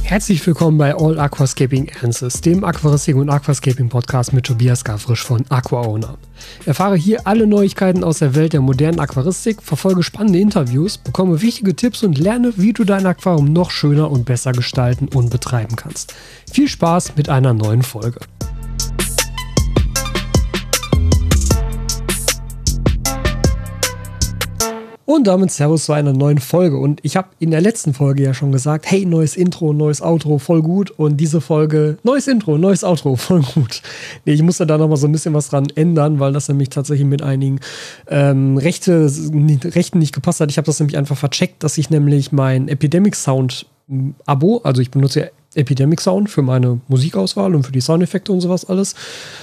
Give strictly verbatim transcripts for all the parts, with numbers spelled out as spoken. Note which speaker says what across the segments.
Speaker 1: Herzlich willkommen bei All Aquascaping Answers, dem Aquaristik- und Aquascaping-Podcast mit Tobias Gavrisch von AquaOwner. Erfahre hier alle Neuigkeiten aus der Welt der modernen Aquaristik, verfolge spannende Interviews, bekomme wichtige Tipps und lerne, wie du dein Aquarium noch schöner und besser gestalten und betreiben kannst. Viel Spaß mit einer neuen Folge. Und damit Servus zu einer neuen Folge. Und ich habe in der letzten Folge ja schon gesagt, hey, neues Intro, neues Outro, voll gut. Und diese Folge, neues Intro, neues Outro, voll gut. Nee, ich musste da nochmal so ein bisschen was dran ändern, weil das nämlich tatsächlich mit einigen ähm, Rechte, Rechten nicht gepasst hat. Ich habe das nämlich einfach vercheckt, dass ich nämlich mein Epidemic Sound Abo, also ich benutze ja Epidemic Sound für meine Musikauswahl und für die Soundeffekte und sowas alles.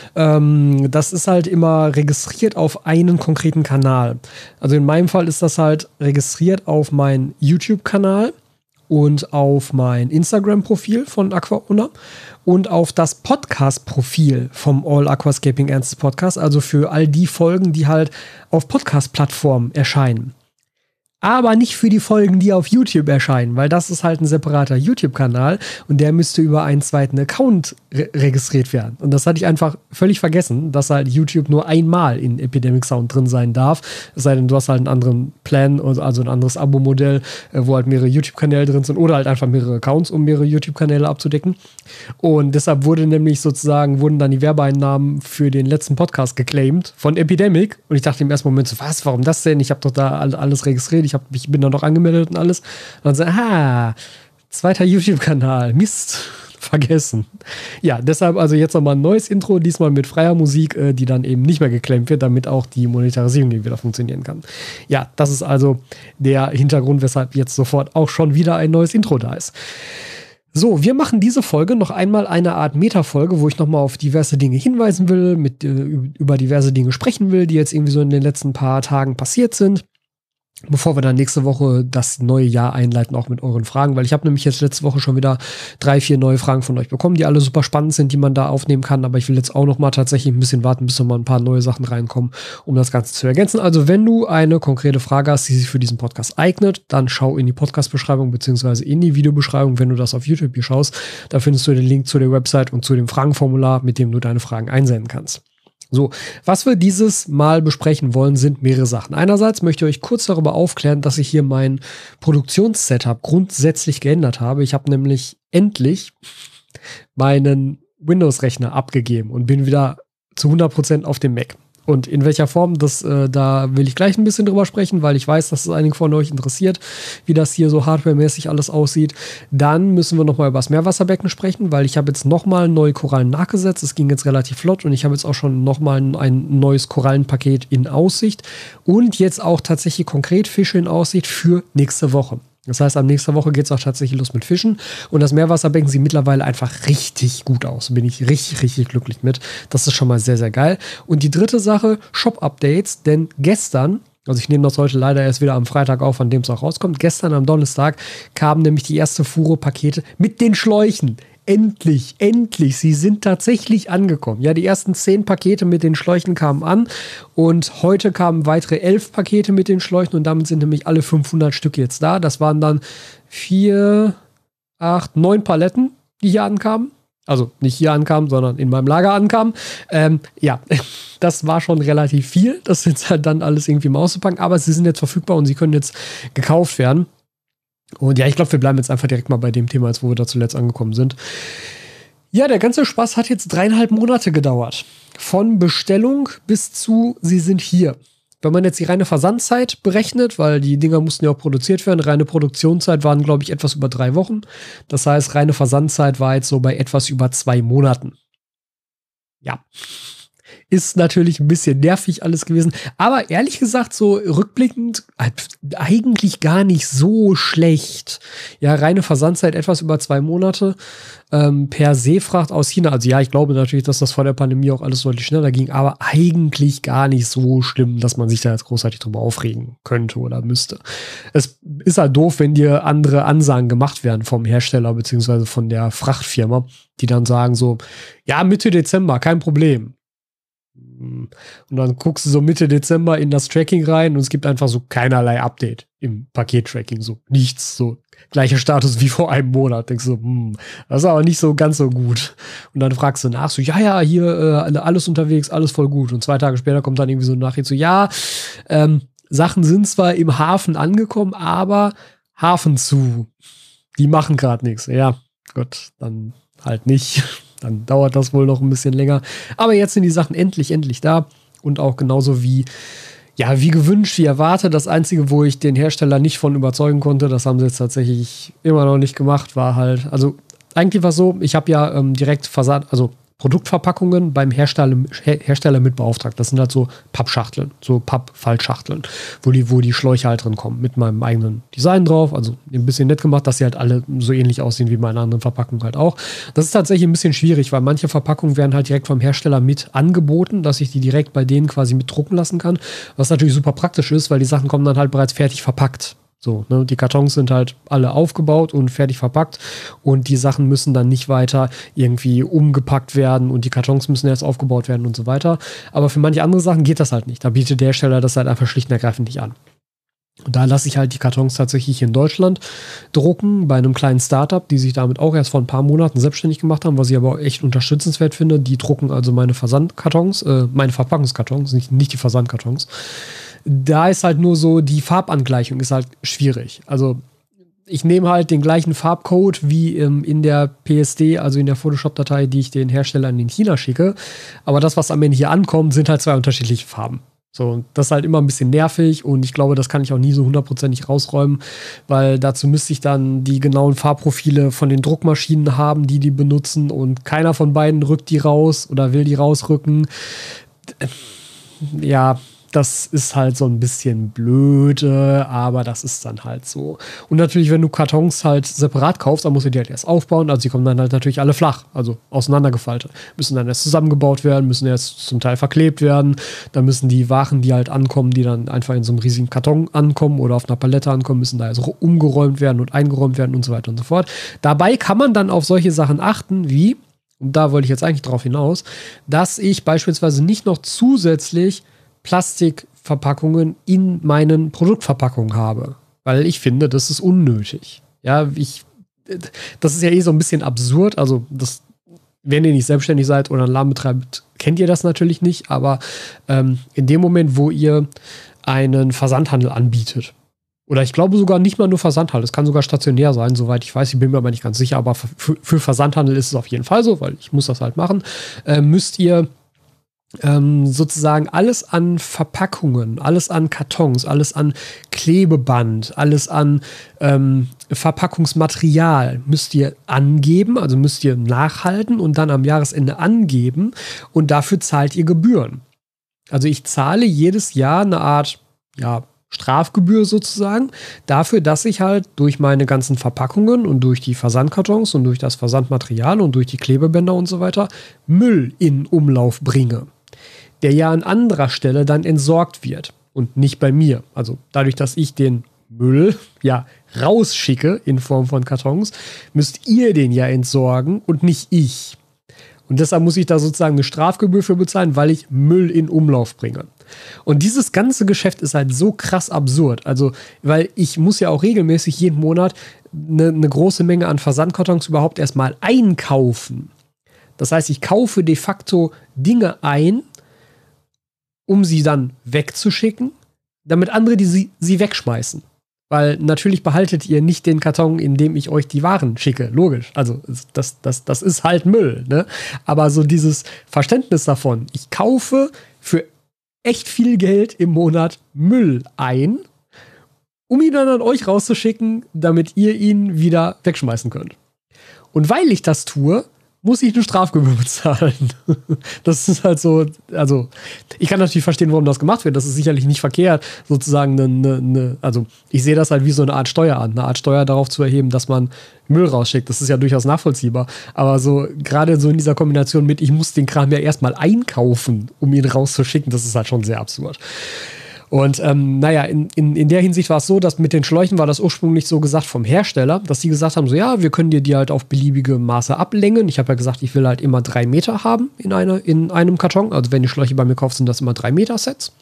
Speaker 1: Ähm, das ist halt immer registriert auf einen konkreten Kanal. Also in meinem Fall ist das halt registriert auf meinen YouTube-Kanal und auf mein Instagram-Profil von AquaOwner und auf das Podcast-Profil vom All Aquascaping Answers Podcast, also für all die Folgen, die halt auf Podcast-Plattformen erscheinen. Aber nicht für die Folgen, die auf YouTube erscheinen, weil das ist halt ein separater YouTube-Kanal und der müsste über einen zweiten Account re- registriert werden. Und das hatte ich einfach völlig vergessen, dass halt YouTube nur einmal in Epidemic Sound drin sein darf. Es sei denn, du hast halt einen anderen Plan, also ein anderes Abo-Modell, wo halt mehrere YouTube-Kanäle drin sind oder halt einfach mehrere Accounts, um mehrere YouTube-Kanäle abzudecken. Und deshalb wurde nämlich sozusagen, wurden dann die Werbeeinnahmen für den letzten Podcast geclaimed von Epidemic. Und ich dachte im ersten Moment so, was, warum das denn? Ich habe doch da alles registriert. Ich, hab, ich bin da noch angemeldet und alles. Und dann so, aha, zweiter YouTube-Kanal, Mist, vergessen. Ja, deshalb also jetzt nochmal ein neues Intro, diesmal mit freier Musik, äh, die dann eben nicht mehr geclaimt wird, damit auch die Monetarisierung wieder funktionieren kann. Ja, das ist also der Hintergrund, weshalb jetzt sofort auch schon wieder ein neues Intro da ist. So, wir machen diese Folge noch einmal eine Art Meta-Folge, wo ich nochmal auf diverse Dinge hinweisen will, mit, äh, über diverse Dinge sprechen will, die jetzt irgendwie so in den letzten paar Tagen passiert sind. Bevor wir dann nächste Woche das neue Jahr einleiten, auch mit euren Fragen, weil ich habe nämlich jetzt letzte Woche schon wieder drei, vier neue Fragen von euch bekommen, die alle super spannend sind, die man da aufnehmen kann, aber ich will jetzt auch noch mal tatsächlich ein bisschen warten, bis noch mal ein paar neue Sachen reinkommen, um das Ganze zu ergänzen. Also wenn du eine konkrete Frage hast, die sich für diesen Podcast eignet, dann schau in die Podcast-Beschreibung beziehungsweise in die Videobeschreibung, wenn du das auf YouTube hier schaust, da findest du den Link zu der Website und zu dem Fragenformular, mit dem du deine Fragen einsenden kannst. So, was wir dieses Mal besprechen wollen, sind mehrere Sachen. Einerseits möchte ich euch kurz darüber aufklären, dass ich hier mein Produktionssetup grundsätzlich geändert habe. Ich habe nämlich endlich meinen Windows-Rechner abgegeben und bin wieder zu hundert Prozent auf dem Mac. Und in welcher Form, das, äh, da will ich gleich ein bisschen drüber sprechen, weil ich weiß, dass es einige von euch interessiert, wie das hier so hardwaremäßig alles aussieht. Dann müssen wir nochmal über das Meerwasserbecken sprechen, weil ich habe jetzt nochmal neue Korallen nachgesetzt. Es ging jetzt relativ flott und ich habe jetzt auch schon nochmal ein, ein neues Korallenpaket in Aussicht und jetzt auch tatsächlich konkret Fische in Aussicht für nächste Woche. Das heißt, am nächsten Woche geht es auch tatsächlich los mit Fischen. Und das Meerwasserbecken sieht mittlerweile einfach richtig gut aus. Bin ich richtig, richtig glücklich mit. Das ist schon mal sehr, sehr geil. Und die dritte Sache, Shop-Updates. Denn gestern, also ich nehme das heute leider erst wieder am Freitag auf, an dem es auch rauskommt. Gestern am Donnerstag kamen nämlich die erste Fuhre Pakete mit den Schläuchen. Endlich, endlich, sie sind tatsächlich angekommen. Ja, die ersten zehn Pakete mit den Schläuchen kamen an und heute kamen weitere elf Pakete mit den Schläuchen und damit sind nämlich alle fünfhundert Stück jetzt da. Das waren dann vier, acht, neun Paletten, die hier ankamen. Also nicht hier ankamen, sondern in meinem Lager ankamen. Ähm, ja, das war schon relativ viel. Das ist jetzt halt dann alles irgendwie mal auszupacken, aber sie sind jetzt verfügbar und sie können jetzt gekauft werden. Und ja, ich glaube, wir bleiben jetzt einfach direkt mal bei dem Thema, als wo wir da zuletzt angekommen sind. Ja, der ganze Spaß hat jetzt dreieinhalb Monate gedauert. Von Bestellung bis zu, sie sind hier. Wenn man jetzt die reine Versandzeit berechnet, weil die Dinger mussten ja auch produziert werden, reine Produktionszeit waren, glaube ich, etwas über drei Wochen. Das heißt, reine Versandzeit war jetzt so bei etwas über zwei Monaten. Ja. Ist natürlich ein bisschen nervig alles gewesen. Aber ehrlich gesagt, so rückblickend, eigentlich gar nicht so schlecht. Ja, reine Versandzeit etwas über zwei Monate. Ähm, per Seefracht aus China. Also ja, ich glaube natürlich, dass das vor der Pandemie auch alles deutlich schneller ging. Aber eigentlich gar nicht so schlimm, dass man sich da jetzt großartig drüber aufregen könnte oder müsste. Es ist halt doof, wenn dir andere Ansagen gemacht werden vom Hersteller beziehungsweise von der Frachtfirma, die dann sagen so, ja, Mitte Dezember, kein Problem. Und dann guckst du so Mitte Dezember in das Tracking rein und es gibt einfach so keinerlei Update im Paket-Tracking, so nichts, so gleicher Status wie vor einem Monat. Denkst du, hm, das ist aber nicht so ganz so gut. Und dann fragst du nach, so, ja, ja, hier äh, alles unterwegs, alles voll gut. Und zwei Tage später kommt dann irgendwie so eine Nachricht, so, ja, ähm, Sachen sind zwar im Hafen angekommen, aber Hafen zu. Die machen gerade nichts. Ja, gut, dann halt nicht. Dann dauert das wohl noch ein bisschen länger. Aber jetzt sind die Sachen endlich, endlich da. Und auch genauso wie, ja, wie gewünscht, wie erwartet. Das Einzige, wo ich den Hersteller nicht von überzeugen konnte, das haben sie jetzt tatsächlich immer noch nicht gemacht, war halt, also eigentlich war es so, ich habe ja ähm, direkt Versand, also Produktverpackungen beim Hersteller, Her Hersteller mit beauftragt. Das sind halt so Pappschachteln, so Pappfaltschachteln, wo die, wo die Schläuche halt drin kommen, mit meinem eigenen Design drauf. Also ein bisschen nett gemacht, dass sie halt alle so ähnlich aussehen wie meine anderen Verpackungen halt auch. Das ist tatsächlich ein bisschen schwierig, weil manche Verpackungen werden halt direkt vom Hersteller mit angeboten, dass ich die direkt bei denen quasi mit drucken lassen kann. Was natürlich super praktisch ist, weil die Sachen kommen dann halt bereits fertig verpackt. So, ne? Die Kartons sind halt alle aufgebaut und fertig verpackt und die Sachen müssen dann nicht weiter irgendwie umgepackt werden und die Kartons müssen erst aufgebaut werden und so weiter. Aber für manche andere Sachen geht das halt nicht. Da bietet der Hersteller das halt einfach schlicht und ergreifend nicht an. Und da lasse ich halt die Kartons tatsächlich in Deutschland drucken, bei einem kleinen Startup, die sich damit auch erst vor ein paar Monaten selbstständig gemacht haben, was ich aber auch echt unterstützenswert finde. Die drucken also meine Versandkartons, äh, meine Verpackungskartons, nicht, nicht die Versandkartons. Da ist halt nur so, die Farbangleichung ist halt schwierig. Also ich nehme halt den gleichen Farbcode wie ähm, in der P S D, also in der Photoshop-Datei, die ich den Herstellern in China schicke. Aber das, was am Ende hier ankommt, sind halt zwei unterschiedliche Farben. So, und das ist halt immer ein bisschen nervig und ich glaube, das kann ich auch nie so hundertprozentig rausräumen, weil dazu müsste ich dann die genauen Farbprofile von den Druckmaschinen haben, die die benutzen und keiner von beiden rückt die raus oder will die rausrücken. Ja, das ist halt so ein bisschen blöde, aber das ist dann halt so. Und natürlich, wenn du Kartons halt separat kaufst, dann musst du die halt erst aufbauen. Also die kommen dann halt natürlich alle flach, also auseinandergefaltet. Müssen dann erst zusammengebaut werden, müssen erst zum Teil verklebt werden. Dann müssen die Waren, die halt ankommen, die dann einfach in so einem riesigen Karton ankommen oder auf einer Palette ankommen, müssen da also umgeräumt werden und eingeräumt werden und so weiter und so fort. Dabei kann man dann auf solche Sachen achten, wie, und da wollte ich jetzt eigentlich drauf hinaus, dass ich beispielsweise nicht noch zusätzlich Plastikverpackungen in meinen Produktverpackungen habe. Weil ich finde, das ist unnötig. Ja, ich, das ist ja eh so ein bisschen absurd. Also, das, wenn ihr nicht selbstständig seid oder einen Laden betreibt, kennt ihr das natürlich nicht. Aber ähm, in dem Moment, wo ihr einen Versandhandel anbietet, oder ich glaube sogar nicht mal nur Versandhandel, es kann sogar stationär sein, soweit ich weiß, ich bin mir aber nicht ganz sicher, aber für, für Versandhandel ist es auf jeden Fall so, weil ich muss das halt machen, äh, müsst ihr Ähm, sozusagen alles an Verpackungen, alles an Kartons, alles an Klebeband, alles an ähm, Verpackungsmaterial müsst ihr angeben, also müsst ihr nachhalten und dann am Jahresende angeben und dafür zahlt ihr Gebühren. Also ich zahle jedes Jahr eine Art, ja, Strafgebühr sozusagen, dafür, dass ich halt durch meine ganzen Verpackungen und durch die Versandkartons und durch das Versandmaterial und durch die Klebebänder und so weiter Müll in Umlauf bringe, der ja an anderer Stelle dann entsorgt wird und nicht bei mir. Also dadurch, dass ich den Müll ja rausschicke in Form von Kartons, müsst ihr den ja entsorgen und nicht ich. Und deshalb muss ich da sozusagen eine Strafgebühr für bezahlen, weil ich Müll in Umlauf bringe. Und dieses ganze Geschäft ist halt so krass absurd. Also, weil ich muss ja auch regelmäßig jeden Monat eine, eine große Menge an Versandkartons überhaupt erstmal einkaufen. Das heißt, ich kaufe de facto Dinge ein, um sie dann wegzuschicken, damit andere die sie, sie wegschmeißen. Weil natürlich behaltet ihr nicht den Karton, in dem ich euch die Waren schicke. Logisch. Also das, das, das ist halt Müll. Ne? Aber so dieses Verständnis davon, ich kaufe für echt viel Geld im Monat Müll ein, um ihn dann an euch rauszuschicken, damit ihr ihn wieder wegschmeißen könnt. Und weil ich das tue, muss ich eine Strafgebühr bezahlen. Das ist halt so, also ich kann natürlich verstehen, warum das gemacht wird. Das ist sicherlich nicht verkehrt, sozusagen eine, eine, also ich sehe das halt wie so eine Art Steuer an, eine Art Steuer darauf zu erheben, dass man Müll rausschickt. Das ist ja durchaus nachvollziehbar. Aber so gerade so in dieser Kombination mit, ich muss den Kram ja erstmal einkaufen, um ihn rauszuschicken, das ist halt schon sehr absurd. Und ähm, naja, in, in, in der Hinsicht war es so, dass mit den Schläuchen war das ursprünglich so gesagt vom Hersteller, dass die gesagt haben, so ja, wir können dir die halt auf beliebige Maße ablängen. Ich habe ja gesagt, ich will halt immer drei Meter haben in, eine, in einem Karton. Also wenn die Schläuche bei mir kauft, sind das immer drei Meter Sets.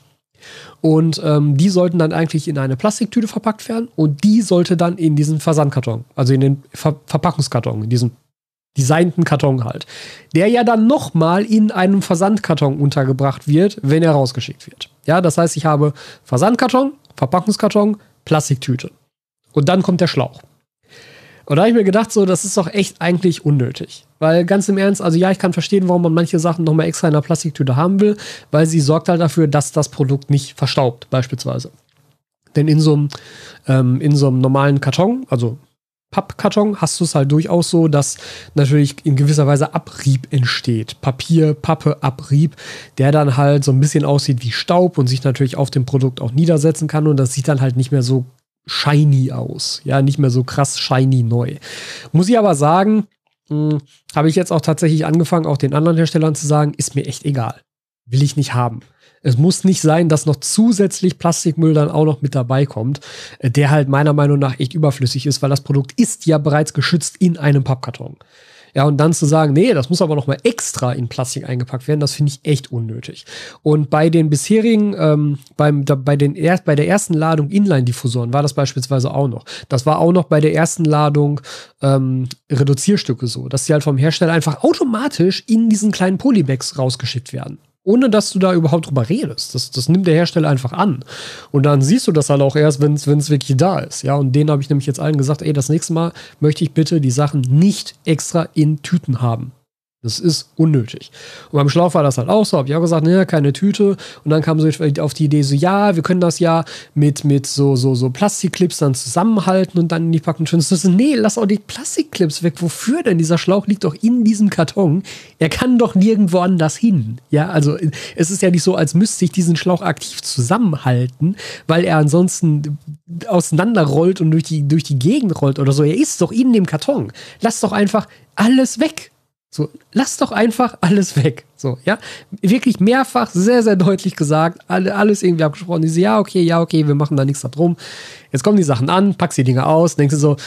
Speaker 1: Und ähm, die sollten dann eigentlich in eine Plastiktüte verpackt werden und die sollte dann in diesen Versandkarton, also in den Ver- Verpackungskarton, in diesen designten Karton halt, der ja dann nochmal in einem Versandkarton untergebracht wird, wenn er rausgeschickt wird. Ja, das heißt, ich habe Versandkarton, Verpackungskarton, Plastiktüte. Und dann kommt der Schlauch. Und da habe ich mir gedacht, so, das ist doch echt eigentlich unnötig. Weil ganz im Ernst, also ja, ich kann verstehen, warum man manche Sachen nochmal extra in einer Plastiktüte haben will, weil sie sorgt halt dafür, dass das Produkt nicht verstaubt, beispielsweise. Denn in so einem, ähm, in so einem normalen Karton, also Pappkarton, hast du es halt durchaus so, dass natürlich in gewisser Weise Abrieb entsteht. Papier, Pappe, Abrieb, der dann halt so ein bisschen aussieht wie Staub und sich natürlich auf dem Produkt auch niedersetzen kann und das sieht dann halt nicht mehr so shiny aus. Ja, nicht mehr so krass shiny neu. Muss ich aber sagen, mh, habe ich jetzt auch tatsächlich angefangen, auch den anderen Herstellern zu sagen, ist mir echt egal. Will ich nicht haben. Es muss nicht sein, dass noch zusätzlich Plastikmüll dann auch noch mit dabei kommt, der halt meiner Meinung nach echt überflüssig ist, weil das Produkt ist ja bereits geschützt in einem Pappkarton. Ja, und dann zu sagen, nee, das muss aber noch mal extra in Plastik eingepackt werden, das finde ich echt unnötig. Und bei den bisherigen, ähm, beim, da, bei, den er, bei der ersten Ladung Inline-Diffusoren war das beispielsweise auch noch. Das war auch noch bei der ersten Ladung ähm, Reduzierstücke so, dass die halt vom Hersteller einfach automatisch in diesen kleinen Polybags rausgeschickt werden. Ohne dass du da überhaupt drüber redest. Das, das nimmt der Hersteller einfach an. Und dann siehst du das halt auch erst, wenn es wirklich da ist. Ja, und denen habe ich nämlich jetzt allen gesagt, ey, das nächste Mal möchte ich bitte die Sachen nicht extra in Tüten haben. Das ist unnötig. Und beim Schlauch war das halt auch so. Habe ich auch gesagt, ne, keine Tüte. Und dann kam so auf die Idee so, ja, wir können das ja mit, mit so, so, so Plastikclips dann zusammenhalten und dann in die Packung schön. So, nee, lass auch die Plastikclips weg. Wofür denn? Dieser Schlauch liegt doch in diesem Karton. Er kann doch nirgendwo anders hin. Ja, also es ist ja nicht so, als müsste ich diesen Schlauch aktiv zusammenhalten, weil er ansonsten auseinanderrollt und durch die, durch die Gegend rollt oder so. Er ist doch in dem Karton. Lass doch einfach alles weg. So, lass doch einfach alles weg. So, ja. Wirklich mehrfach sehr, sehr deutlich gesagt, alle, alles irgendwie abgesprochen. Die so, ja, okay, ja, okay, wir machen da nichts da drum. Jetzt kommen die Sachen an, packst die Dinger aus, denkst du so,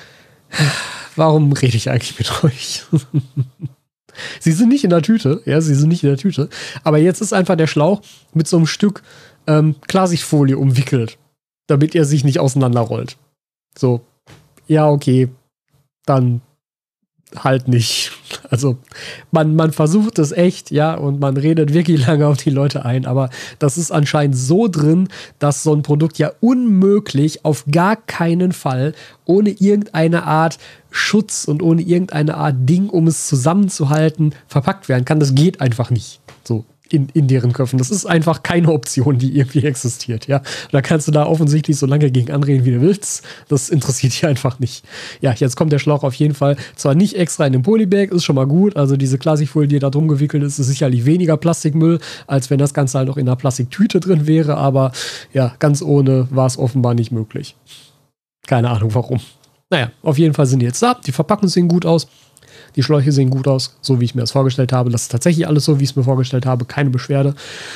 Speaker 1: warum rede ich eigentlich mit euch? Sie sind nicht in der Tüte, ja, sie sind nicht in der Tüte. Aber jetzt ist einfach der Schlauch mit so einem Stück ähm, Klarsichtfolie umwickelt, damit er sich nicht auseinanderrollt. So, ja, okay, dann halt nicht. Also man, man versucht es echt, ja, und man redet wirklich lange auf die Leute ein, aber das ist anscheinend so drin, dass so ein Produkt ja unmöglich auf gar keinen Fall ohne irgendeine Art Schutz und ohne irgendeine Art Ding, um es zusammenzuhalten, verpackt werden kann. Das geht einfach nicht. So. In, in deren Köpfen. Das ist einfach keine Option, die irgendwie existiert, ja. Da kannst du da offensichtlich so lange gegen anreden, wie du willst. Das interessiert dich einfach nicht. Ja, jetzt kommt der Schlauch auf jeden Fall zwar nicht extra in den Polybag, ist schon mal gut. Also diese Plastikfolie, die da drum gewickelt ist, ist sicherlich weniger Plastikmüll, als wenn das Ganze halt noch in einer Plastiktüte drin wäre. Aber ja, ganz ohne war es offenbar nicht möglich. Keine Ahnung warum. Naja, auf jeden Fall sind die jetzt da. Die Verpackungen sehen gut aus. Die Schläuche sehen gut aus, so wie ich mir das vorgestellt habe. Das ist tatsächlich alles so, wie ich es mir vorgestellt habe. Keine Beschwerde.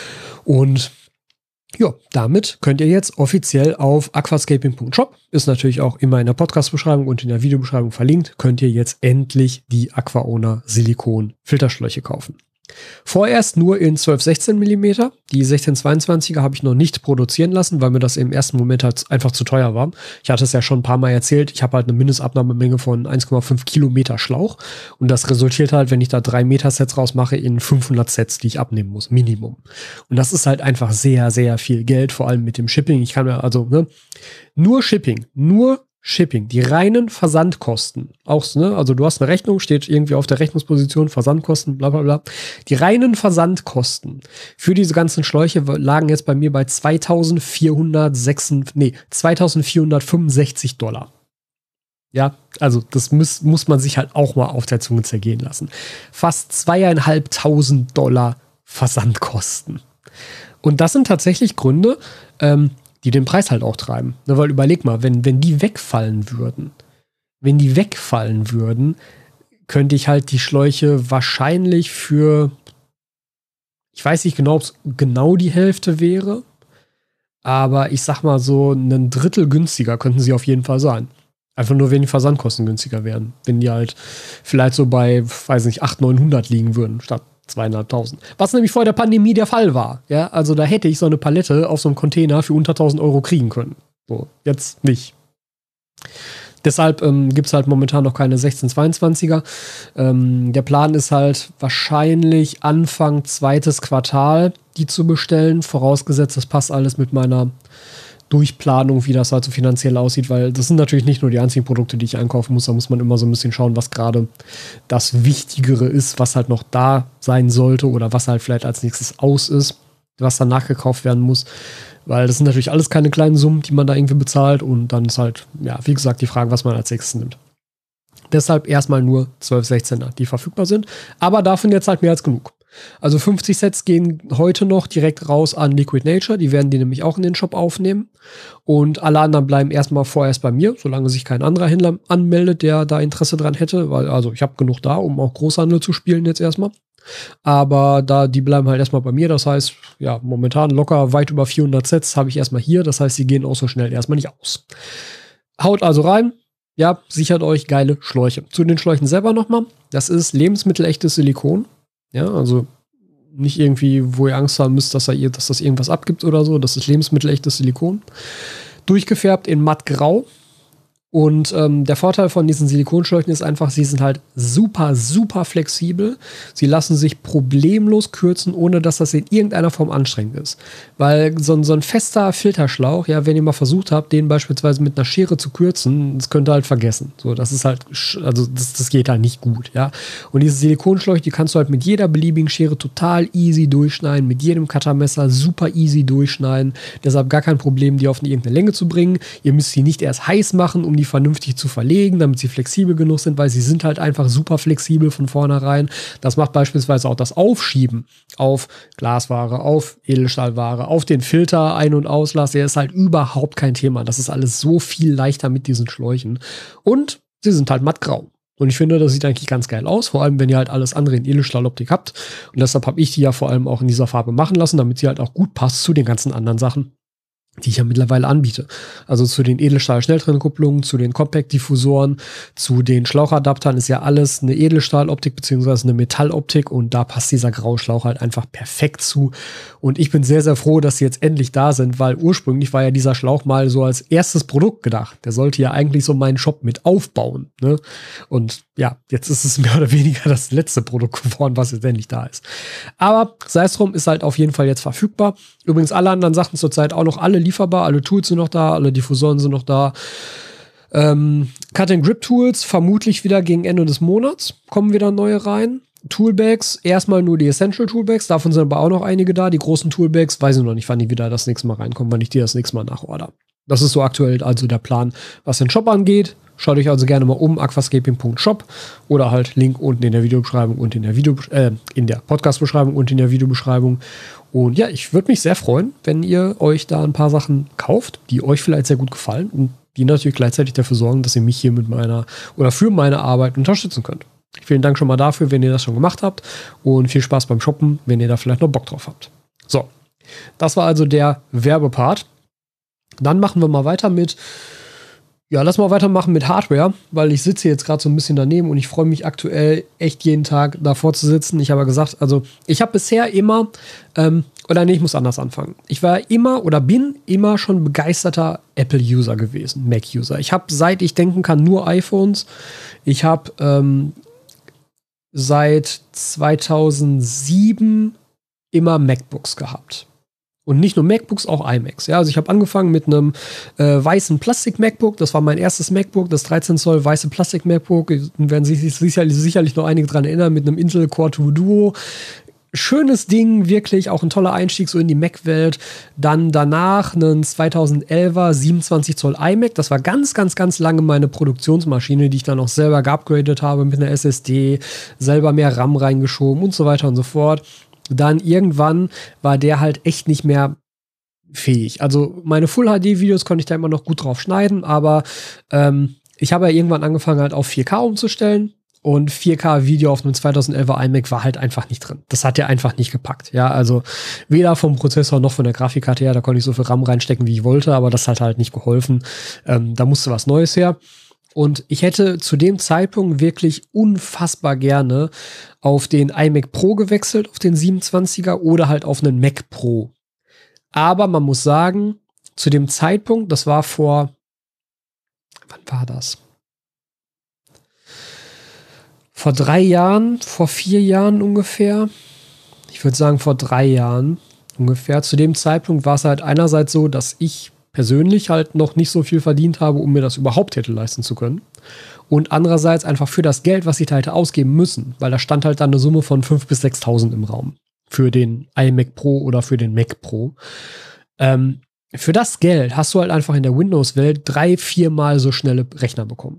Speaker 1: Und ja, damit könnt ihr jetzt offiziell auf aquascaping punkt shop, ist natürlich auch immer in der Podcast-Beschreibung und in der Videobeschreibung verlinkt, könnt ihr jetzt endlich die AquaOwner Silikon Filterschläuche kaufen. Vorerst nur in zwölf sechzehn Millimeter. Die sechzehn zweiundzwanziger habe ich noch nicht produzieren lassen, weil mir das im ersten Moment halt einfach zu teuer war. Ich hatte es ja schon ein paar Mal erzählt. Ich habe halt eine Mindestabnahmemenge von eins Komma fünf Kilometer Schlauch. Und das resultiert halt, wenn ich da drei Meter Sets rausmache, in fünfhundert Sets, die ich abnehmen muss. Minimum. Und das ist halt einfach sehr, sehr viel Geld. Vor allem mit dem Shipping. Ich kann mir also, ne, nur Shipping, nur Shipping, die reinen Versandkosten, auch, ne, also du hast eine Rechnung, steht irgendwie auf der Rechnungsposition, Versandkosten, bla bla bla. Die reinen Versandkosten für diese ganzen Schläuche lagen jetzt bei mir bei zweitausendvierhundertsechs, nee, zweitausendvierhundertfünfundsechzig Dollar. Ja, also das muss, muss man sich halt auch mal auf der Zunge zergehen lassen. Fast zweieinhalbtausend Dollar Versandkosten. Und das sind tatsächlich Gründe, ähm, die den Preis halt auch treiben. Ne, weil überleg mal, wenn, wenn die wegfallen würden, wenn die wegfallen würden, könnte ich halt die Schläuche wahrscheinlich für, ich weiß nicht genau, ob es genau die Hälfte wäre, aber ich sag mal so, ein Drittel günstiger könnten sie auf jeden Fall sein. Einfach nur, wenn die Versandkosten günstiger wären. Wenn die halt vielleicht so bei, weiß nicht, achthundert, neunhundert liegen würden, statt zweieinhalbtausend. Was nämlich vor der Pandemie der Fall war. Ja, also da hätte ich so eine Palette auf so einem Container für unter tausend Euro kriegen können. So, jetzt nicht. Deshalb ähm, gibt es halt momentan noch keine sechzehn zweiundzwanziger. Ähm, der Plan ist halt wahrscheinlich Anfang zweites Quartal, die zu bestellen. Vorausgesetzt, das passt alles mit meiner Durchplanung, wie das halt so finanziell aussieht, weil das sind natürlich nicht nur die einzigen Produkte, die ich einkaufen muss. Da muss man immer so ein bisschen schauen, was gerade das Wichtigere ist, was halt noch da sein sollte oder was halt vielleicht als nächstes aus ist, was dann nachgekauft werden muss. Weil das sind natürlich alles keine kleinen Summen, die man da irgendwie bezahlt. Und dann ist halt, ja, wie gesagt, die Frage, was man als nächstes nimmt. Deshalb erstmal nur zwölf sechzehner, die verfügbar sind. Aber davon jetzt halt mehr als genug. Also fünfzig Sets gehen heute noch direkt raus an Liquid Nature. Die werden die nämlich auch in den Shop aufnehmen. Und alle anderen bleiben erstmal vorerst bei mir, solange sich kein anderer Händler anmeldet, der da Interesse dran hätte. Weil, also ich habe genug da, um auch Großhandel zu spielen jetzt erstmal. Aber da, die bleiben halt erstmal bei mir. Das heißt, ja, momentan locker weit über vierhundert Sets habe ich erstmal hier. Das heißt, die gehen auch so schnell erstmal nicht aus. Haut also rein. Ja, sichert euch geile Schläuche. Zu den Schläuchen selber nochmal. Das ist lebensmittelechtes Silikon. Ja, also nicht irgendwie, wo ihr Angst haben müsst, dass, er, dass das irgendwas abgibt oder so. Das ist lebensmittelechtes Silikon. Durchgefärbt in mattgrau. Und ähm, der Vorteil von diesen Silikonschläuchen ist einfach, sie sind halt super, super flexibel. Sie lassen sich problemlos kürzen, ohne dass das in irgendeiner Form anstrengend ist. Weil so, so ein fester Filterschlauch, ja, wenn ihr mal versucht habt, den beispielsweise mit einer Schere zu kürzen, das könnt ihr halt vergessen. So, das ist halt, also das, das geht halt nicht gut, ja. Und diese Silikonschläuche, die kannst du halt mit jeder beliebigen Schere total easy durchschneiden, mit jedem Cuttermesser super easy durchschneiden. Deshalb gar kein Problem, die auf eine irgendeine Länge zu bringen. Ihr müsst sie nicht erst heiß machen, um die vernünftig zu verlegen, damit sie flexibel genug sind, weil sie sind halt einfach super flexibel von vornherein. Das macht beispielsweise auch das Aufschieben auf Glasware, auf Edelstahlware, auf den Filter, Ein- und Auslass. Der ist halt überhaupt kein Thema. Das ist alles so viel leichter mit diesen Schläuchen. Und sie sind halt mattgrau. Und ich finde, das sieht eigentlich ganz geil aus, vor allem wenn ihr halt alles andere in Edelstahloptik habt. Und deshalb habe ich die ja vor allem auch in dieser Farbe machen lassen, damit sie halt auch gut passt zu den ganzen anderen Sachen, die ich ja mittlerweile anbiete. Also zu den Edelstahl-Schnelltrennkupplungen, zu den Compact-Diffusoren, zu den Schlauchadaptern ist ja alles eine Edelstahloptik beziehungsweise eine Metalloptik und da passt dieser graue Schlauch halt einfach perfekt zu. Und ich bin sehr, sehr froh, dass sie jetzt endlich da sind, weil ursprünglich war ja dieser Schlauch mal so als erstes Produkt gedacht. Der sollte ja eigentlich so meinen Shop mit aufbauen, ne? Und ja, jetzt ist es mehr oder weniger das letzte Produkt geworden, was jetzt endlich da ist. Aber sei es drum, ist halt auf jeden Fall jetzt verfügbar. Übrigens alle anderen Sachen zurzeit auch noch alle lieferbar, alle Tools sind noch da, alle Diffusoren sind noch da. Ähm, Cut-and-Grip-Tools vermutlich wieder gegen Ende des Monats kommen wieder neue rein. Toolbags, erstmal nur die Essential Toolbags, davon sind aber auch noch einige da. Die großen Toolbags, weiß ich noch nicht, wann die wieder das nächste Mal reinkommen, wann ich die das nächste Mal nachorder. Das ist so aktuell also der Plan, was den Shop angeht. Schaut euch also gerne mal um, aquascaping punkt shop oder halt Link unten in der Videobeschreibung und in der Video äh, in der Podcast-Beschreibung und in der Videobeschreibung. Und ja, ich würde mich sehr freuen, wenn ihr euch da ein paar Sachen kauft, die euch vielleicht sehr gut gefallen und die natürlich gleichzeitig dafür sorgen, dass ihr mich hier mit meiner oder für meine Arbeit unterstützen könnt. Vielen Dank schon mal dafür, wenn ihr das schon gemacht habt und viel Spaß beim Shoppen, wenn ihr da vielleicht noch Bock drauf habt. So, das war also der Werbepart. Dann machen wir mal weiter mit Ja, lass mal weitermachen mit Hardware, weil ich sitze jetzt gerade so ein bisschen daneben und ich freue mich aktuell echt jeden Tag davor zu sitzen. Ich habe ja gesagt, also ich habe bisher immer, ähm, oder nee, ich muss anders anfangen. Ich war immer oder bin immer schon begeisterter Apple-User gewesen, Mac-User. Ich habe, seit ich denken kann, nur iPhones. Ich habe ähm, seit zweitausendsieben immer MacBooks gehabt. Und nicht nur MacBooks, auch iMacs. Ja, also ich habe angefangen mit einem äh, weißen Plastik-MacBook. Das war mein erstes MacBook, das dreizehn Zoll weiße Plastik-MacBook. Da werden sich sicherlich, sicherlich noch einige dran erinnern, mit einem Intel Core zwei Duo. Schönes Ding, wirklich auch ein toller Einstieg so in die Mac-Welt. Dann danach einen zweitausendelfer siebenundzwanzig Zoll iMac. Das war ganz, ganz, ganz lange meine Produktionsmaschine, die ich dann auch selber geupgradet habe mit einer S S D, selber mehr RAM reingeschoben und so weiter und so fort. Dann irgendwann war der halt echt nicht mehr fähig. Also meine Full-H D-Videos konnte ich da immer noch gut drauf schneiden, aber ähm, ich habe ja irgendwann angefangen halt auf vier K umzustellen und vier K-Video auf einem zweitausendelfer iMac war halt einfach nicht drin. Das hat ja einfach nicht gepackt. Ja, also weder vom Prozessor noch von der Grafikkarte her, da konnte ich so viel RAM reinstecken, wie ich wollte, aber das hat halt nicht geholfen. Ähm, da musste was Neues her. Und ich hätte zu dem Zeitpunkt wirklich unfassbar gerne auf den iMac Pro gewechselt, auf den siebenundzwanziger oder halt auf einen Mac Pro. Aber man muss sagen, zu dem Zeitpunkt, das war vor, wann war das? Vor drei Jahren, vor vier Jahren ungefähr. Ich würde sagen vor drei Jahren ungefähr. Zu dem Zeitpunkt war es halt einerseits so, dass ich persönlich halt noch nicht so viel verdient habe, um mir das überhaupt hätte leisten zu können. Und andererseits einfach für das Geld, was ich da hätte ausgeben müssen, weil da stand halt dann eine Summe von fünftausend bis sechstausend im Raum für den iMac Pro oder für den Mac Pro. Ähm, für das Geld hast du halt einfach in der Windows-Welt drei, viermal so schnelle Rechner bekommen.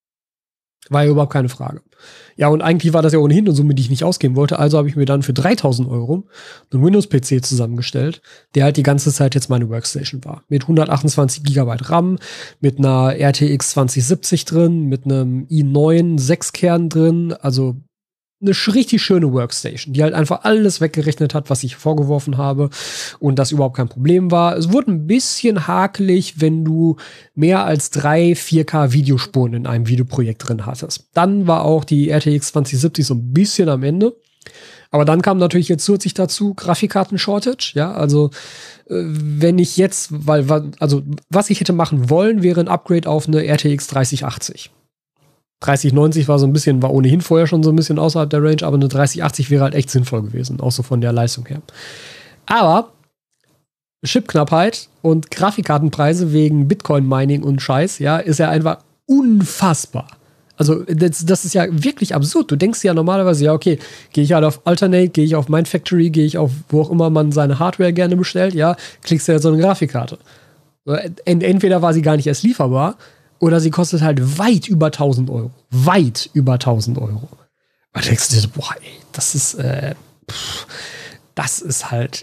Speaker 1: War ja überhaupt keine Frage. Ja, und eigentlich war das ja ohnehin eine Summe, die ich nicht ausgeben wollte. Also habe ich mir dann für dreitausend Euro einen Windows-P C zusammengestellt, der halt die ganze Zeit jetzt meine Workstation war. Mit hundertachtundzwanzig Gigabyte RAM, mit einer R T X zwanzig siebzig drin, mit einem i neun sechs Kern drin. Also eine richtig schöne Workstation, die halt einfach alles weggerechnet hat, was ich vorgeworfen habe und das überhaupt kein Problem war. Es wurde ein bisschen hakelig, wenn du mehr als drei vier K Videospuren in einem Videoprojekt drin hattest. Dann war auch die R T X zwanzig siebzig so ein bisschen am Ende. Aber dann kam natürlich jetzt zusätzlich dazu Grafikkarten-Shortage. Ja, also äh, wenn ich jetzt, weil, also was ich hätte machen wollen, wäre ein Upgrade auf eine R T X dreißig achtzig. dreißig neunzig war so ein bisschen, war ohnehin vorher schon so ein bisschen außerhalb der Range, aber eine dreißig achtzig wäre halt echt sinnvoll gewesen, auch so von der Leistung her. Aber Chipknappheit und Grafikkartenpreise wegen Bitcoin-Mining und Scheiß, ja, ist ja einfach unfassbar. Also das, das ist ja wirklich absurd. Du denkst ja normalerweise, ja, okay, gehe ich halt auf Alternate, gehe ich auf Mindfactory, gehe ich auf wo auch immer man seine Hardware gerne bestellt, ja, klickst du ja so eine Grafikkarte. Entweder war sie gar nicht erst lieferbar, oder sie kostet halt weit über tausend Euro. Weit über tausend Euro. Und denkst du dir, boah, ey, das ist, äh, pff, das ist halt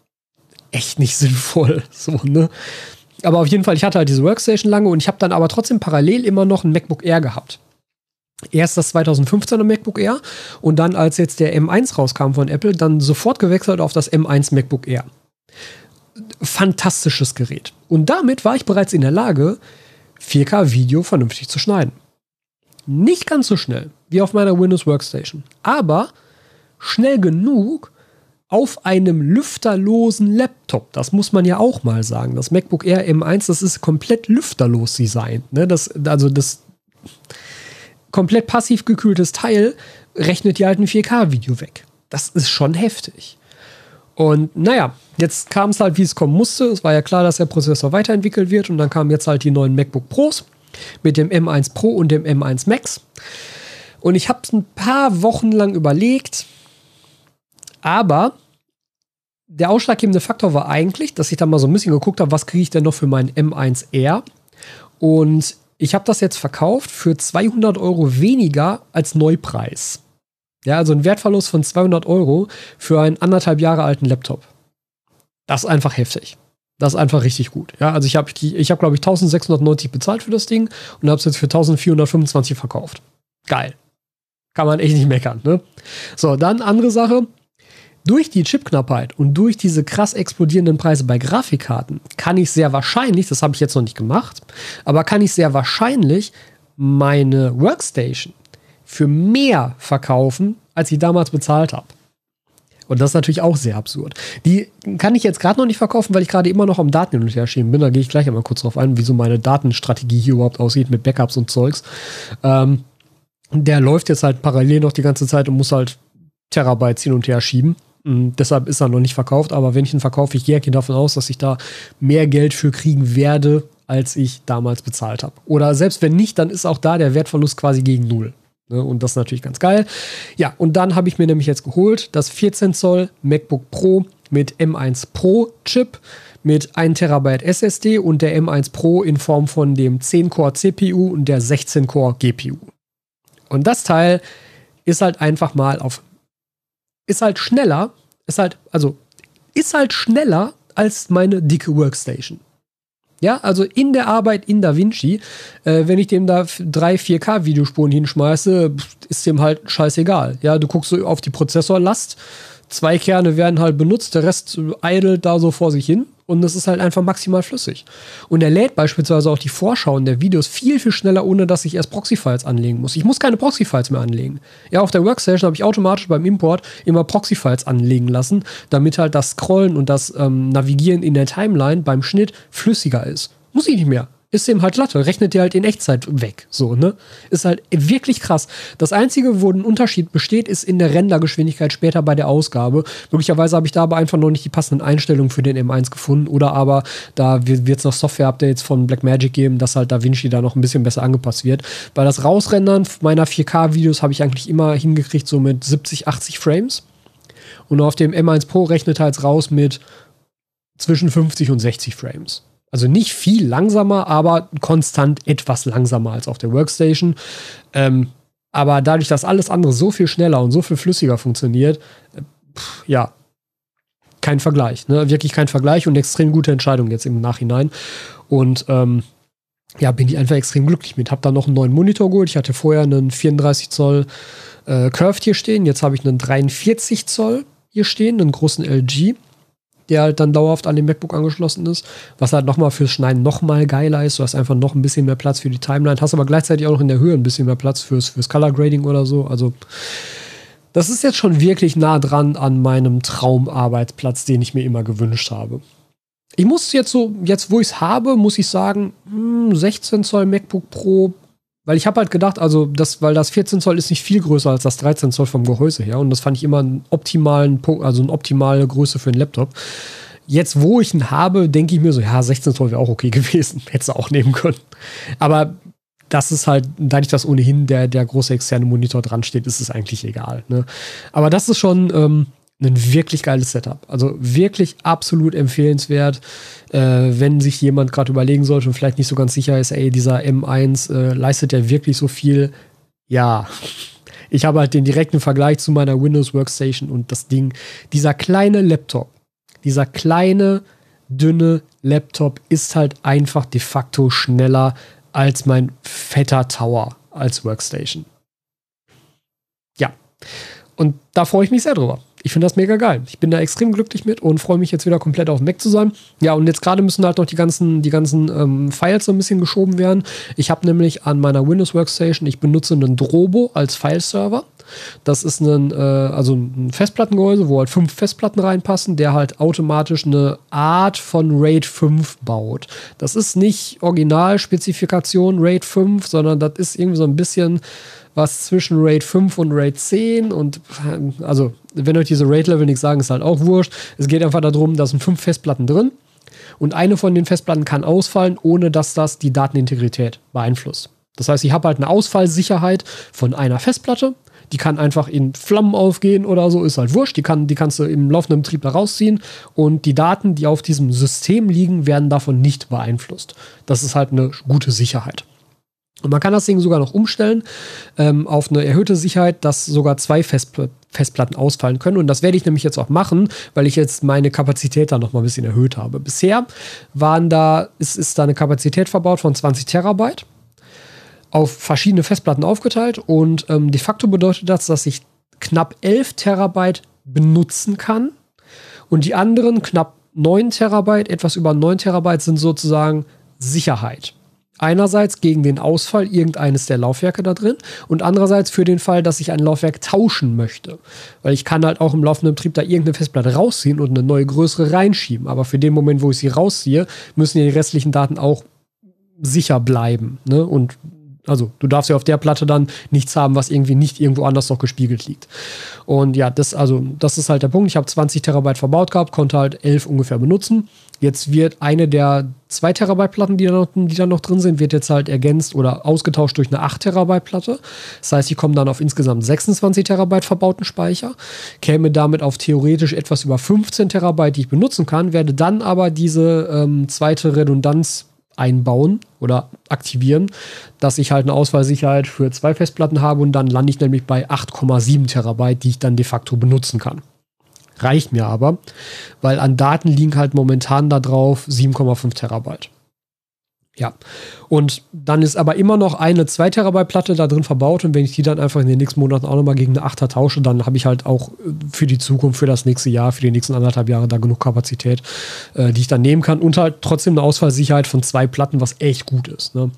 Speaker 1: echt nicht sinnvoll. So, ne? Aber auf jeden Fall, ich hatte halt diese Workstation lange und ich habe dann aber trotzdem parallel immer noch ein MacBook Air gehabt. Erst das zweitausendfünfzehner MacBook Air und dann, als jetzt der M eins rauskam von Apple, dann sofort gewechselt auf das M eins MacBook Air. Fantastisches Gerät. Und damit war ich bereits in der Lage, vier K Video vernünftig zu schneiden. Nicht ganz so schnell wie auf meiner Windows Workstation, aber schnell genug auf einem lüfterlosen Laptop. Das muss man ja auch mal sagen. Das MacBook Air M eins, das ist komplett lüfterlos designt. Ne? Das, also das komplett passiv gekühltes Teil rechnet ja halt ein vier K Video weg. Das ist schon heftig. Und naja, jetzt kam es halt, wie es kommen musste. Es war ja klar, dass der Prozessor weiterentwickelt wird. Und dann kamen jetzt halt die neuen MacBook Pros mit dem M eins Pro und dem M eins Max. Und ich habe es ein paar Wochen lang überlegt. Aber der ausschlaggebende Faktor war eigentlich, dass ich dann mal so ein bisschen geguckt habe, was kriege ich denn noch für meinen M eins R. Und ich habe das jetzt verkauft für zweihundert Euro weniger als Neupreis. Ja, also ein Wertverlust von zweihundert Euro für einen anderthalb Jahre alten Laptop. Das ist einfach heftig. Das ist einfach richtig gut. Ja, also ich habe, ich hab, glaube ich, eintausendsechshundertneunzig bezahlt für das Ding und habe es jetzt für eintausendvierhundertfünfundzwanzig verkauft. Geil. Kann man echt nicht meckern, ne? So, dann andere Sache. Durch die Chipknappheit und durch diese krass explodierenden Preise bei Grafikkarten kann ich sehr wahrscheinlich, das habe ich jetzt noch nicht gemacht, aber kann ich sehr wahrscheinlich meine Workstation für mehr verkaufen, als ich damals bezahlt habe. Und das ist natürlich auch sehr absurd. Die kann ich jetzt gerade noch nicht verkaufen, weil ich gerade immer noch am Daten hin und her schieben bin. Da gehe ich gleich einmal kurz drauf ein, wieso meine Datenstrategie hier überhaupt aussieht mit Backups und Zeugs. Ähm, der läuft jetzt halt parallel noch die ganze Zeit und muss halt Terabytes hin und her schieben. Und deshalb ist er noch nicht verkauft. Aber wenn ich ihn verkaufe, ich gehe davon aus, dass ich da mehr Geld für kriegen werde, als ich damals bezahlt habe. Oder selbst wenn nicht, dann ist auch da der Wertverlust quasi gegen null. Und das ist natürlich ganz geil. Ja, und dann habe ich mir nämlich jetzt geholt das vierzehn Zoll MacBook Pro mit M eins Pro Chip mit ein Terabyte S S D und der M eins Pro in Form von dem zehn Core C P U und der sechzehn Core G P U. Und das Teil ist halt einfach mal auf, ist halt schneller, ist halt, also, ist halt schneller als meine dicke Workstation. Ja, also in der Arbeit in DaVinci, äh, wenn ich dem da drei vier K Videospuren hinschmeiße, ist dem halt scheißegal. Ja, du guckst so auf die Prozessorlast, Zwei Kerne werden halt benutzt, der Rest idle da so vor sich hin. Und es ist halt einfach maximal flüssig. Und er lädt beispielsweise auch die Vorschauen der Videos viel, viel schneller, ohne dass ich erst Proxy-Files anlegen muss. Ich muss keine Proxy-Files mehr anlegen. Ja, auf der Workstation habe ich automatisch beim Import immer Proxy-Files anlegen lassen, damit halt das Scrollen und das ähm, Navigieren in der Timeline beim Schnitt flüssiger ist. Muss ich nicht mehr. Ist dem halt Latte, rechnet dir halt in Echtzeit weg, so, ne? Ist halt wirklich krass. Das Einzige, wo ein Unterschied besteht, ist in der Rendergeschwindigkeit später bei der Ausgabe. Möglicherweise habe ich da aber einfach noch nicht die passenden Einstellungen für den M eins gefunden oder aber da wird es noch Software-Updates von Blackmagic geben, dass halt DaVinci da noch ein bisschen besser angepasst wird. Bei das Rausrendern meiner vier K-Videos habe ich eigentlich immer hingekriegt, so mit siebzig, achtzig Frames. Und auf dem M eins Pro rechnet halt raus mit zwischen fünfzig und sechzig Frames. Also nicht viel langsamer, aber konstant etwas langsamer als auf der Workstation. Ähm, aber dadurch, dass alles andere so viel schneller und so viel flüssiger funktioniert, äh, pff, ja, kein Vergleich. Ne? Wirklich kein Vergleich und extrem gute Entscheidung jetzt im Nachhinein. Und ähm, ja, bin ich einfach extrem glücklich mit. Hab da noch einen neuen Monitor geholt. Ich hatte vorher einen vierunddreißig Zoll äh, Curved hier stehen. Jetzt habe ich einen dreiundvierzig Zoll hier stehen, einen großen L G, der halt dann dauerhaft an dem MacBook angeschlossen ist, was halt nochmal fürs Schneiden nochmal geiler ist. Du hast einfach noch ein bisschen mehr Platz für die Timeline, hast aber gleichzeitig auch noch in der Höhe ein bisschen mehr Platz fürs, fürs Color Grading oder so. Also das ist jetzt schon wirklich nah dran an meinem Traumarbeitsplatz, den ich mir immer gewünscht habe. Ich muss jetzt so, jetzt wo ich es habe, muss ich sagen, sechzehn Zoll MacBook Pro, weil ich habe halt gedacht, also das, weil das vierzehn Zoll ist nicht viel größer als das dreizehn Zoll vom Gehäuse her und das fand ich immer einen optimalen Punkt, also eine optimale Größe für einen Laptop. Jetzt, wo ich ihn habe, denke ich mir so, ja, sechzehn Zoll wäre auch okay gewesen, hättest du auch nehmen können. Aber das ist halt, dadurch, dass ohnehin der, der große externe Monitor dran steht, ist es eigentlich egal. Ne? Aber das ist schon ähm, ein wirklich geiles Setup. Also wirklich absolut empfehlenswert, äh, wenn sich jemand gerade überlegen sollte und vielleicht nicht so ganz sicher ist, ey, dieser M eins äh, leistet ja wirklich so viel. Ja, ich habe halt den direkten Vergleich zu meiner Windows Workstation und das Ding, dieser kleine Laptop, dieser kleine, dünne Laptop ist halt einfach de facto schneller als mein fetter Tower als Workstation. Ja, und da freue ich mich sehr drüber. Ich finde das mega geil. Ich bin da extrem glücklich mit und freue mich jetzt wieder komplett auf dem Mac zu sein. Ja, und jetzt gerade müssen halt noch die ganzen, die ganzen ähm, Files so ein bisschen geschoben werden. Ich habe nämlich an meiner Windows Workstation, ich benutze einen Drobo als Fileserver. Das ist ein, äh, also ein Festplattengehäuse, wo halt fünf Festplatten reinpassen, der halt automatisch eine Art von RAID fünf baut. Das ist nicht Originalspezifikation RAID fünf, sondern das ist irgendwie so ein bisschen was zwischen RAID fünf und RAID zehn und also, wenn euch diese RAID-Level nichts sagen, ist halt auch wurscht. Es geht einfach darum, da sind fünf Festplatten drin und eine von den Festplatten kann ausfallen, ohne dass das die Datenintegrität beeinflusst. Das heißt, ich habe halt eine Ausfallsicherheit von einer Festplatte, die kann einfach in Flammen aufgehen oder so, ist halt wurscht, die, kann, die kannst du im laufenden Betrieb da rausziehen und die Daten, die auf diesem System liegen, werden davon nicht beeinflusst. Das ist halt eine gute Sicherheit. Und man kann das Ding sogar noch umstellen ähm, auf eine erhöhte Sicherheit, dass sogar zwei Festpl- Festplatten ausfallen können. Und das werde ich nämlich jetzt auch machen, weil ich jetzt meine Kapazität da noch mal ein bisschen erhöht habe. Bisher waren da, ist, ist da eine Kapazität verbaut von zwanzig Terabyte auf verschiedene Festplatten aufgeteilt. Und ähm, de facto bedeutet das, dass ich knapp elf Terabyte benutzen kann. Und die anderen knapp neun Terabyte, etwas über neun Terabyte sind sozusagen Sicherheit. Einerseits gegen den Ausfall irgendeines der Laufwerke da drin und andererseits für den Fall, dass ich ein Laufwerk tauschen möchte. Weil ich kann halt auch im laufenden Betrieb da irgendeine Festplatte rausziehen und eine neue größere reinschieben. Aber für den Moment, wo ich sie rausziehe, müssen ja die restlichen Daten auch sicher bleiben. Ne? Und also du darfst ja auf der Platte dann nichts haben, was irgendwie nicht irgendwo anders noch gespiegelt liegt. Und ja, das, also, das ist halt der Punkt. Ich habe zwanzig Terabyte verbaut gehabt, konnte halt elf ungefähr benutzen. Jetzt wird eine der zwei Terabyte Platten, die da, noch, die da noch drin sind, wird jetzt halt ergänzt oder ausgetauscht durch eine acht Terabyte Platte. Das heißt, ich komme dann auf insgesamt sechsundzwanzig Terabyte verbauten Speicher, käme damit auf theoretisch etwas über fünfzehn Terabyte, die ich benutzen kann, werde dann aber diese ähm, zweite Redundanz einbauen oder aktivieren, dass ich halt eine Ausfallsicherheit für zwei Festplatten habe und dann lande ich nämlich bei acht Komma sieben Terabyte, die ich dann de facto benutzen kann. Reicht mir aber, weil an Daten liegen halt momentan da drauf sieben Komma fünf Terabyte. Ja, und dann ist aber immer noch eine zwei Terabyte Platte da drin verbaut und wenn ich die dann einfach in den nächsten Monaten auch nochmal gegen eine achter tausche, dann habe ich halt auch für die Zukunft, für das nächste Jahr, für die nächsten anderthalb Jahre da genug Kapazität, äh, die ich dann nehmen kann und halt trotzdem eine Ausfallsicherheit von zwei Platten, was echt gut ist. Ne?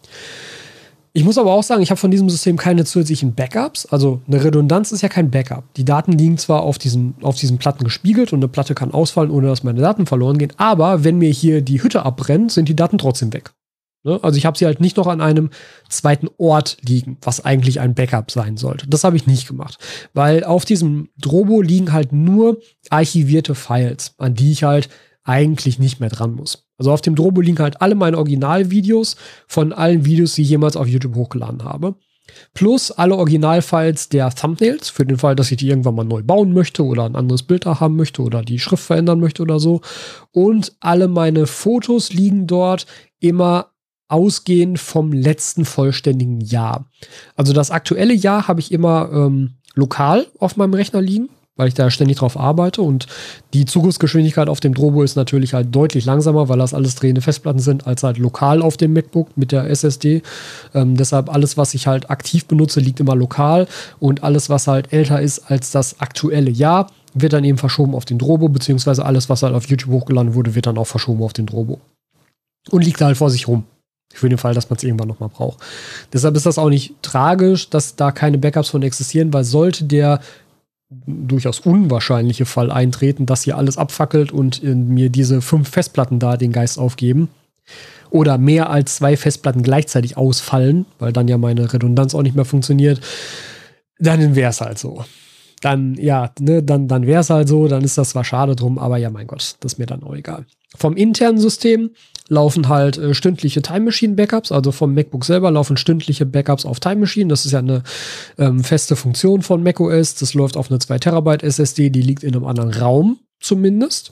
Speaker 1: Ich muss aber auch sagen, ich habe von diesem System keine zusätzlichen Backups. Also eine Redundanz ist ja kein Backup. Die Daten liegen zwar auf diesen, auf diesen Platten gespiegelt und eine Platte kann ausfallen, ohne dass meine Daten verloren gehen. Aber wenn mir hier die Hütte abbrennt, sind die Daten trotzdem weg. Ne? Also ich habe sie halt nicht noch an einem zweiten Ort liegen, was eigentlich ein Backup sein sollte. Das habe ich nicht gemacht. Weil auf diesem Drobo liegen halt nur archivierte Files, an die ich halt eigentlich nicht mehr dran muss. Also auf dem Drobo liegen halt alle meine Originalvideos von allen Videos, die ich jemals auf YouTube hochgeladen habe. Plus alle Originalfiles der Thumbnails, für den Fall, dass ich die irgendwann mal neu bauen möchte oder ein anderes Bild da haben möchte oder die Schrift verändern möchte oder so. Und alle meine Fotos liegen dort immer ausgehend vom letzten vollständigen Jahr. Also das aktuelle Jahr habe ich immer ähm, lokal auf meinem Rechner liegen, weil ich da ständig drauf arbeite und die Zugriffsgeschwindigkeit auf dem Drobo ist natürlich halt deutlich langsamer, weil das alles drehende Festplatten sind, als halt lokal auf dem MacBook mit der S S D. Ähm, deshalb alles, was ich halt aktiv benutze, liegt immer lokal und alles, was halt älter ist als das aktuelle Jahr, wird dann eben verschoben auf den Drobo, beziehungsweise alles, was halt auf YouTube hochgeladen wurde, wird dann auch verschoben auf den Drobo. Und liegt halt vor sich rum. Für den Fall, dass man es irgendwann nochmal braucht. Deshalb ist das auch nicht tragisch, dass da keine Backups von existieren, weil sollte der durchaus unwahrscheinliche Fall eintreten, dass hier alles abfackelt und mir diese fünf Festplatten da den Geist aufgeben oder mehr als zwei Festplatten gleichzeitig ausfallen, weil dann ja meine Redundanz auch nicht mehr funktioniert, dann wäre es halt so. Dann, ja, ne, dann, dann wäre es halt so, dann ist das zwar schade drum, aber ja, mein Gott, das ist mir dann auch egal. Vom internen System laufen halt äh, stündliche Time Machine Backups, also vom MacBook selber laufen stündliche Backups auf Time Machine. Das ist ja eine ähm, feste Funktion von macOS. Das läuft auf eine zwei Terabyte S S D, die liegt in einem anderen Raum zumindest.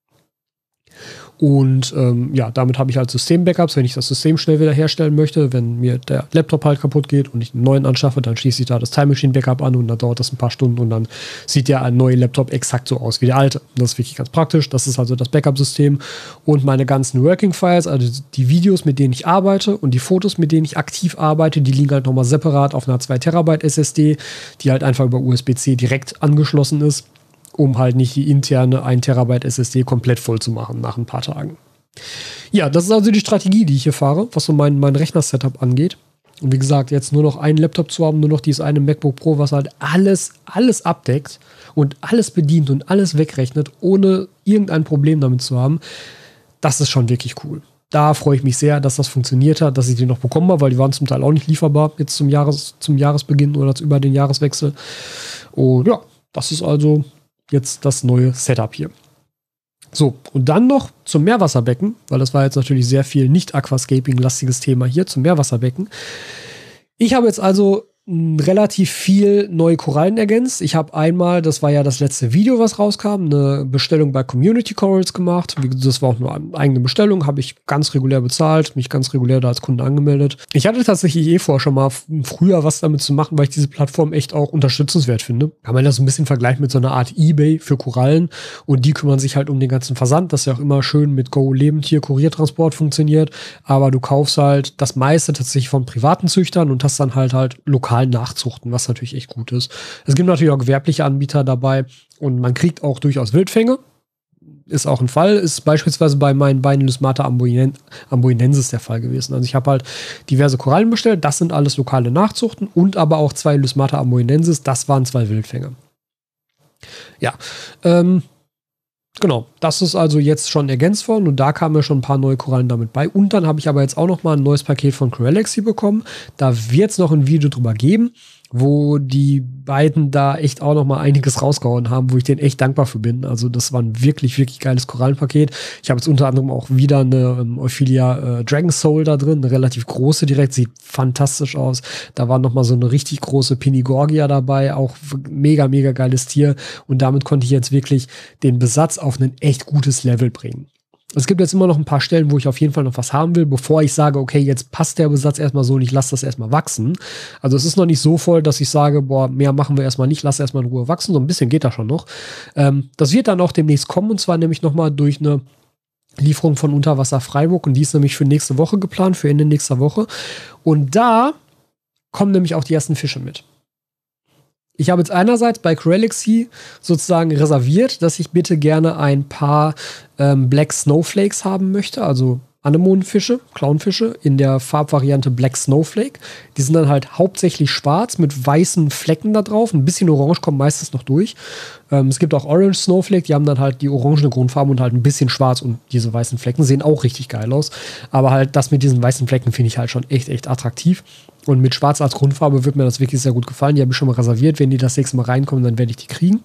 Speaker 1: Und ähm, ja, damit habe ich halt System-Backups, wenn ich das System schnell wieder herstellen möchte. Wenn mir der Laptop halt kaputt geht und ich einen neuen anschaffe, dann schließe ich da das Time Machine Backup an und dann dauert das ein paar Stunden und dann sieht der neue Laptop exakt so aus wie der alte. Das ist wirklich ganz praktisch. Das ist also das Backup-System. Und meine ganzen Working-Files, also die Videos, mit denen ich arbeite und die Fotos, mit denen ich aktiv arbeite, die liegen halt nochmal separat auf einer zwei Terabyte S S D, die halt einfach über U S B C direkt angeschlossen ist, um halt nicht die interne ein Terabyte S S D komplett voll zu machen nach ein paar Tagen. Ja, das ist also die Strategie, die ich hier fahre, was so mein, mein Rechner-Setup angeht. Und wie gesagt, jetzt nur noch einen Laptop zu haben, nur noch dieses eine MacBook Pro, was halt alles, alles abdeckt und alles bedient und alles wegrechnet, ohne irgendein Problem damit zu haben, das ist schon wirklich cool. Da freue ich mich sehr, dass das funktioniert hat, dass ich die noch bekommen habe, weil die waren zum Teil auch nicht lieferbar jetzt zum, Jahres, zum Jahresbeginn oder über den Jahreswechsel. Und ja, das ist also jetzt das neue Setup hier. So, und dann noch zum Meerwasserbecken, weil das war jetzt natürlich sehr viel nicht-Aquascaping-lastiges Thema hier, zum Meerwasserbecken. Ich habe jetzt also relativ viel neue Korallen ergänzt. Ich habe einmal, das war ja das letzte Video, was rauskam, eine Bestellung bei Community Corals gemacht. Das war auch nur eine eigene Bestellung, habe ich ganz regulär bezahlt, mich ganz regulär da als Kunde angemeldet. Ich hatte tatsächlich eh vor, schon mal früher was damit zu machen, weil ich diese Plattform echt auch unterstützenswert finde. Kann man das so ein bisschen vergleichen mit so einer Art eBay für Korallen und die kümmern sich halt um den ganzen Versand, das ja auch immer schön mit Go Lebendtier Kuriertransport funktioniert, aber du kaufst halt das meiste tatsächlich von privaten Züchtern und hast dann halt halt lokal Nachzuchten, was natürlich echt gut ist. Es gibt natürlich auch gewerbliche Anbieter dabei und man kriegt auch durchaus Wildfänge. Ist auch ein Fall, ist beispielsweise bei meinen beiden Lysmata amboinen amboinensis der Fall gewesen. Also ich habe halt diverse Korallen bestellt, das sind alles lokale Nachzuchten und aber auch zwei Lysmata amboinensis, das waren zwei Wildfänge. Ja, ähm, genau, das ist also jetzt schon ergänzt worden und da kamen ja schon ein paar neue Korallen damit bei. Und dann habe ich aber jetzt auch noch mal ein neues Paket von Coralexy bekommen. Da wird es noch ein Video drüber geben, wo die beiden da echt auch noch mal einiges rausgehauen haben, wo ich denen echt dankbar für bin. Also das war ein wirklich, wirklich geiles Korallenpaket. Ich habe jetzt unter anderem auch wieder eine ähm, Ophelia äh, Dragon Soul da drin, eine relativ große direkt, sieht fantastisch aus. Da war noch mal so eine richtig große Pinigorgia dabei, auch mega, mega geiles Tier. Und damit konnte ich jetzt wirklich den Besatz auf ein echt gutes Level bringen. Es gibt jetzt immer noch ein paar Stellen, wo ich auf jeden Fall noch was haben will, bevor ich sage, okay, jetzt passt der Besatz erstmal so und ich lasse das erstmal wachsen. Also es ist noch nicht so voll, dass ich sage, boah, mehr machen wir erstmal nicht, lass erstmal in Ruhe wachsen. So ein bisschen geht da schon noch. Ähm, das wird dann auch demnächst kommen und zwar nämlich nochmal durch eine Lieferung von Unterwasser Freiburg und die ist nämlich für nächste Woche geplant, für Ende nächster Woche. Und da kommen nämlich auch die ersten Fische mit. Ich habe jetzt einerseits bei Corelixy sozusagen reserviert, dass ich bitte gerne ein paar ähm, Black Snowflakes haben möchte, also Anemonenfische, Clownfische in der Farbvariante Black Snowflake. Die sind dann halt hauptsächlich schwarz mit weißen Flecken da drauf. Ein bisschen orange kommt meistens noch durch. Ähm, es gibt auch Orange Snowflake, die haben dann halt die orangene Grundfarbe und halt ein bisschen schwarz und diese weißen Flecken sehen auch richtig geil aus. Aber halt das mit diesen weißen Flecken finde ich halt schon echt, echt attraktiv. Und mit schwarz als Grundfarbe wird mir das wirklich sehr gut gefallen. Die habe ich schon mal reserviert. Wenn die das nächste Mal reinkommen, dann werde ich die kriegen.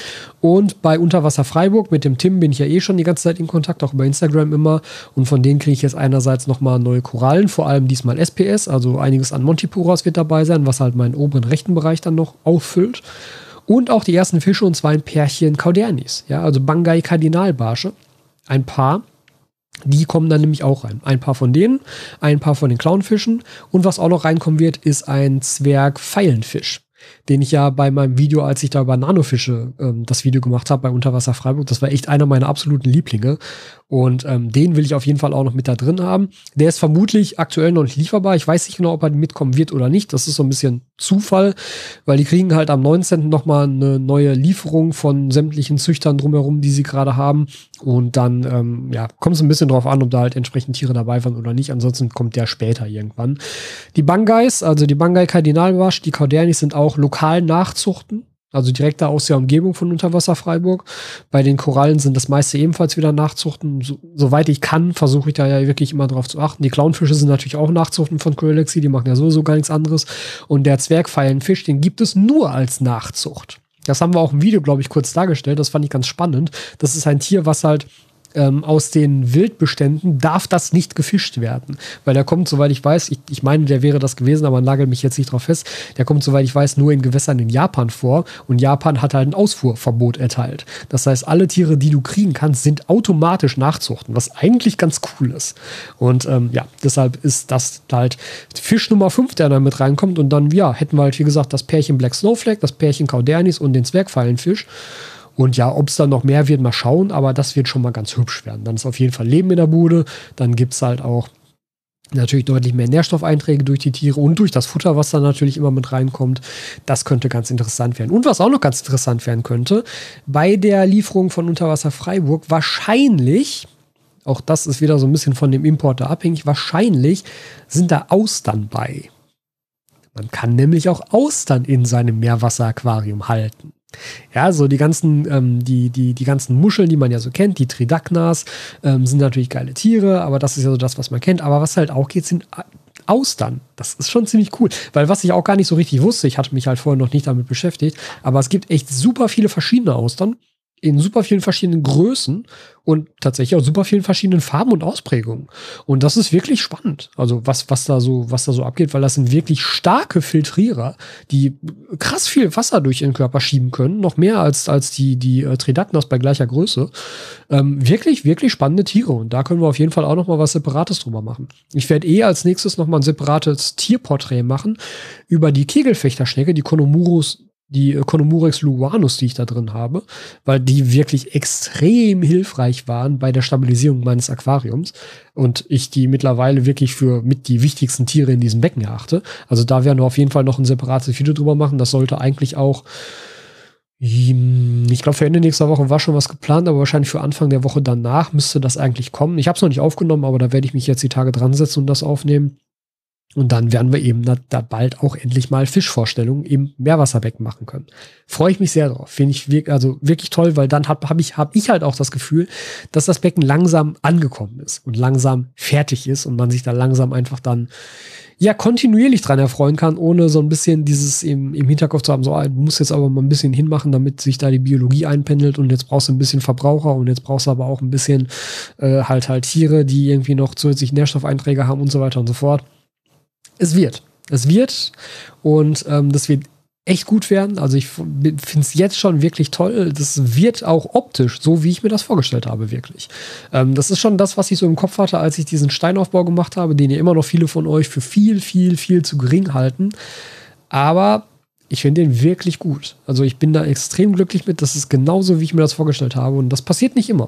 Speaker 1: Und bei Unterwasser Freiburg mit dem Tim bin ich ja eh schon die ganze Zeit in Kontakt, auch über Instagram immer. Und von denen kriege ich jetzt einerseits nochmal neue Korallen, vor allem diesmal S P S, also einiges an Montipuras wird dabei sein, was halt meinen oberen rechten Bereich dann noch auffüllt. Und auch die ersten Fische, und zwar ein Pärchen Caudernis, ja, also Bangai Kardinalbarsche, ein Paar. Die kommen dann nämlich auch rein. Ein paar von denen, ein paar von den Clownfischen. Und was auch noch reinkommen wird, ist ein Zwergpfeilenfisch, den ich ja bei meinem Video, als ich da über Nanofische ähm, das Video gemacht habe, bei Unterwasser Freiburg, das war echt einer meiner absoluten Lieblinge. Und ähm, den will ich auf jeden Fall auch noch mit da drin haben. Der ist vermutlich aktuell noch nicht lieferbar. Ich weiß nicht genau, ob er mitkommen wird oder nicht. Das ist so ein bisschen Zufall, weil die kriegen halt am neunzehnten nochmal eine neue Lieferung von sämtlichen Züchtern drumherum, die sie gerade haben. Und dann, ähm, ja, kommt es ein bisschen drauf an, ob da halt entsprechend Tiere dabei waren oder nicht. Ansonsten kommt der später irgendwann. Die Bangais, also die Bangai Kardinalbarsch, die Caudernis sind auch lokal Nachzuchten. Also direkt da aus der Umgebung von Unterwasser Freiburg. Bei den Korallen sind das meiste ebenfalls wieder Nachzuchten. So, soweit ich kann, versuche ich da ja wirklich immer drauf zu achten. Die Clownfische sind natürlich auch Nachzuchten von Corelixy, die machen ja sowieso gar nichts anderes. Und der Zwergpfeilenfisch, den gibt es nur als Nachzucht. Das haben wir auch im Video, glaube ich, kurz dargestellt. Das fand ich ganz spannend. Das ist ein Tier, was halt ähm, aus den Wildbeständen darf das nicht gefischt werden. Weil der kommt, soweit ich weiß, ich, ich meine, der wäre das gewesen, aber nagel mich jetzt nicht drauf fest, der kommt, soweit ich weiß, nur in Gewässern in Japan vor. Und Japan hat halt ein Ausfuhrverbot erteilt. Das heißt, alle Tiere, die du kriegen kannst, sind automatisch Nachzuchten, was eigentlich ganz cool ist. Und ähm, ja, deshalb ist das halt Fisch Nummer fünf, der da mit reinkommt. Und dann, ja, hätten wir halt, wie gesagt, das Pärchen Black Snowflake, das Pärchen Caudernis und den Zwergpfeilenfisch. Und ja, ob es dann noch mehr wird, mal schauen, aber das wird schon mal ganz hübsch werden. Dann ist auf jeden Fall Leben in der Bude. Dann gibt es halt auch natürlich deutlich mehr Nährstoffeinträge durch die Tiere und durch das Futter, was dann natürlich immer mit reinkommt. Das könnte ganz interessant werden. Und was auch noch ganz interessant werden könnte, bei der Lieferung von Unterwasser Freiburg wahrscheinlich, auch das ist wieder so ein bisschen von dem Importer abhängig, wahrscheinlich sind da Austern bei. Man kann nämlich auch Austern in seinem Meerwasseraquarium halten. Ja, so die ganzen, ähm, die, die, die ganzen Muscheln, die man ja so kennt, die Tridacnas, ähm, sind natürlich geile Tiere, aber das ist ja so das, was man kennt. Aber was halt auch geht, sind Austern. Das ist schon ziemlich cool, weil was ich auch gar nicht so richtig wusste, ich hatte mich halt vorher noch nicht damit beschäftigt, aber es gibt echt super viele verschiedene Austern in super vielen verschiedenen Größen und tatsächlich auch super vielen verschiedenen Farben und Ausprägungen. Und das ist wirklich spannend. Also was, was da so, was da so abgeht, weil das sind wirklich starke Filtrierer, die krass viel Wasser durch ihren Körper schieben können, noch mehr als, als die, die äh, Tridacnas bei gleicher Größe. Ähm, wirklich, wirklich spannende Tiere. Und da können wir auf jeden Fall auch noch mal was Separates drüber machen. Ich werde eh als nächstes noch mal ein separates Tierporträt machen über die Kegelfechterschnecke, die Konomurus die Konomurex luanus, die ich da drin habe, weil die wirklich extrem hilfreich waren bei der Stabilisierung meines Aquariums und ich die mittlerweile wirklich für mit die wichtigsten Tiere in diesem Becken erachte. Also da werden wir auf jeden Fall noch ein separates Video drüber machen. Das sollte eigentlich auch, ich glaube, für Ende nächster Woche war schon was geplant, aber wahrscheinlich für Anfang der Woche danach müsste das eigentlich kommen. Ich habe es noch nicht aufgenommen, aber da werde ich mich jetzt die Tage dran setzen und das aufnehmen. Und dann werden wir eben da, da bald auch endlich mal Fischvorstellungen im Meerwasserbecken machen können. Freue ich mich sehr drauf. Finde ich wirklich, also wirklich toll, weil dann habe hab ich, hab ich halt auch das Gefühl, dass das Becken langsam angekommen ist und langsam fertig ist und man sich da langsam einfach dann ja kontinuierlich dran erfreuen kann, ohne so ein bisschen dieses im, im Hinterkopf zu haben, so, du musst jetzt aber mal ein bisschen hinmachen, damit sich da die Biologie einpendelt und jetzt brauchst du ein bisschen Verbraucher und jetzt brauchst du aber auch ein bisschen äh, halt halt Tiere, die irgendwie noch zusätzlich Nährstoffeinträge haben und so weiter und so fort. Es wird. Es wird. Und ähm, das wird echt gut werden. Also ich finde es jetzt schon wirklich toll. Das wird auch optisch, so wie ich mir das vorgestellt habe, wirklich. Ähm, das ist schon das, was ich so im Kopf hatte, als ich diesen Steinaufbau gemacht habe, den ja immer noch viele von euch für viel, viel, viel zu gering halten. Aber ich finde den wirklich gut. Also ich bin da extrem glücklich mit. Das ist genauso, wie ich mir das vorgestellt habe. Und das passiert nicht immer.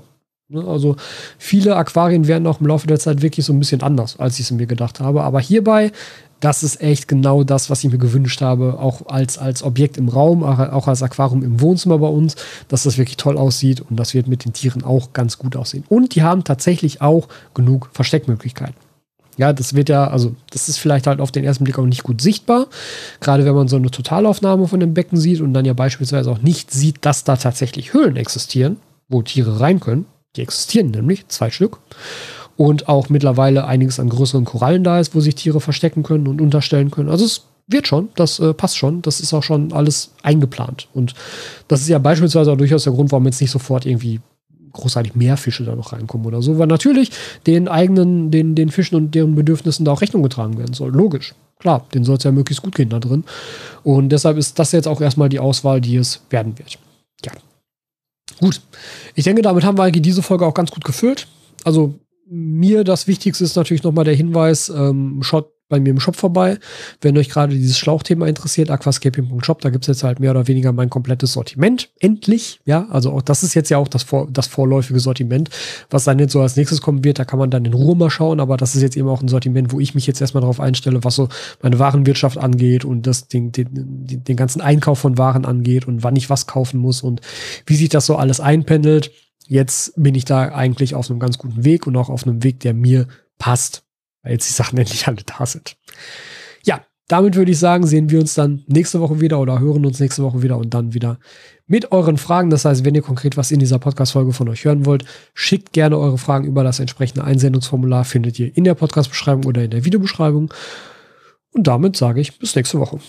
Speaker 1: Also viele Aquarien werden auch im Laufe der Zeit wirklich so ein bisschen anders, als ich es mir gedacht habe. Aber hierbei, das ist echt genau das, was ich mir gewünscht habe, auch als, als Objekt im Raum, auch als Aquarium im Wohnzimmer bei uns, dass das wirklich toll aussieht und das wird mit den Tieren auch ganz gut aussehen. Und die haben tatsächlich auch genug Versteckmöglichkeiten. Ja, das wird ja, also das ist vielleicht halt auf den ersten Blick auch nicht gut sichtbar, gerade wenn man so eine Totalaufnahme von dem Becken sieht und dann ja beispielsweise auch nicht sieht, dass da tatsächlich Höhlen existieren, wo Tiere rein können. Die existieren nämlich, zwei Stück. Und auch mittlerweile einiges an größeren Korallen da ist, wo sich Tiere verstecken können und unterstellen können. Also es wird schon, das äh, passt schon. Das ist auch schon alles eingeplant. Und das ist ja beispielsweise auch durchaus der Grund, warum jetzt nicht sofort irgendwie großartig mehr Fische da noch reinkommen oder so. Weil natürlich den eigenen, den, den Fischen und deren Bedürfnissen da auch Rechnung getragen werden soll. Logisch. Klar, denen soll es ja möglichst gut gehen da drin. Und deshalb ist das jetzt auch erstmal die Auswahl, die es werden wird. Ja. Gut, ich denke, damit haben wir eigentlich diese Folge auch ganz gut gefüllt. Also mir das Wichtigste ist natürlich nochmal der Hinweis, ähm, schaut bei mir im Shop vorbei, wenn euch gerade dieses Schlauchthema interessiert, aquascaping punkt shop, da gibt es jetzt halt mehr oder weniger mein komplettes Sortiment, endlich, ja, also auch das ist jetzt ja auch das, vor, das vorläufige Sortiment, was dann jetzt so als nächstes kommen wird, da kann man dann in Ruhe mal schauen, aber das ist jetzt eben auch ein Sortiment, wo ich mich jetzt erstmal darauf einstelle, was so meine Warenwirtschaft angeht und das, den, den, den, den ganzen Einkauf von Waren angeht und wann ich was kaufen muss und wie sich das so alles einpendelt. Jetzt bin ich da eigentlich auf einem ganz guten Weg und auch auf einem Weg, der mir passt, weil jetzt die Sachen endlich alle da sind. Ja, damit würde ich sagen, sehen wir uns dann nächste Woche wieder oder hören uns nächste Woche wieder und dann wieder mit euren Fragen. Das heißt, wenn ihr konkret was in dieser Podcast-Folge von euch hören wollt, schickt gerne eure Fragen über das entsprechende Einsendungsformular, findet ihr in der Podcast-Beschreibung oder in der Videobeschreibung. Und damit sage ich bis nächste Woche.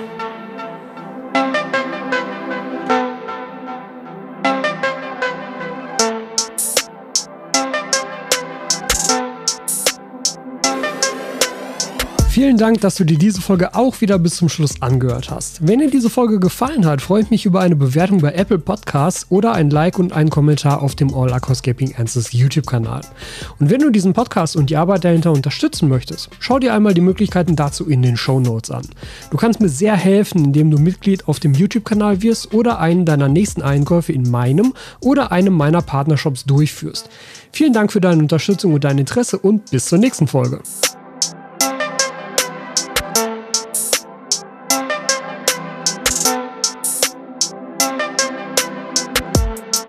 Speaker 1: Vielen Dank, dass du dir diese Folge auch wieder bis zum Schluss angehört hast. Wenn dir diese Folge gefallen hat, freue ich mich über eine Bewertung bei Apple Podcasts oder ein Like und einen Kommentar auf dem All Aquascaping Answers YouTube-Kanal. Und wenn du diesen Podcast und die Arbeit dahinter unterstützen möchtest, schau dir einmal die Möglichkeiten dazu in den Shownotes an. Du kannst mir sehr helfen, indem du Mitglied auf dem YouTube-Kanal wirst oder einen deiner nächsten Einkäufe in meinem oder einem meiner Partnershops durchführst. Vielen Dank für deine Unterstützung und dein Interesse und bis zur nächsten Folge.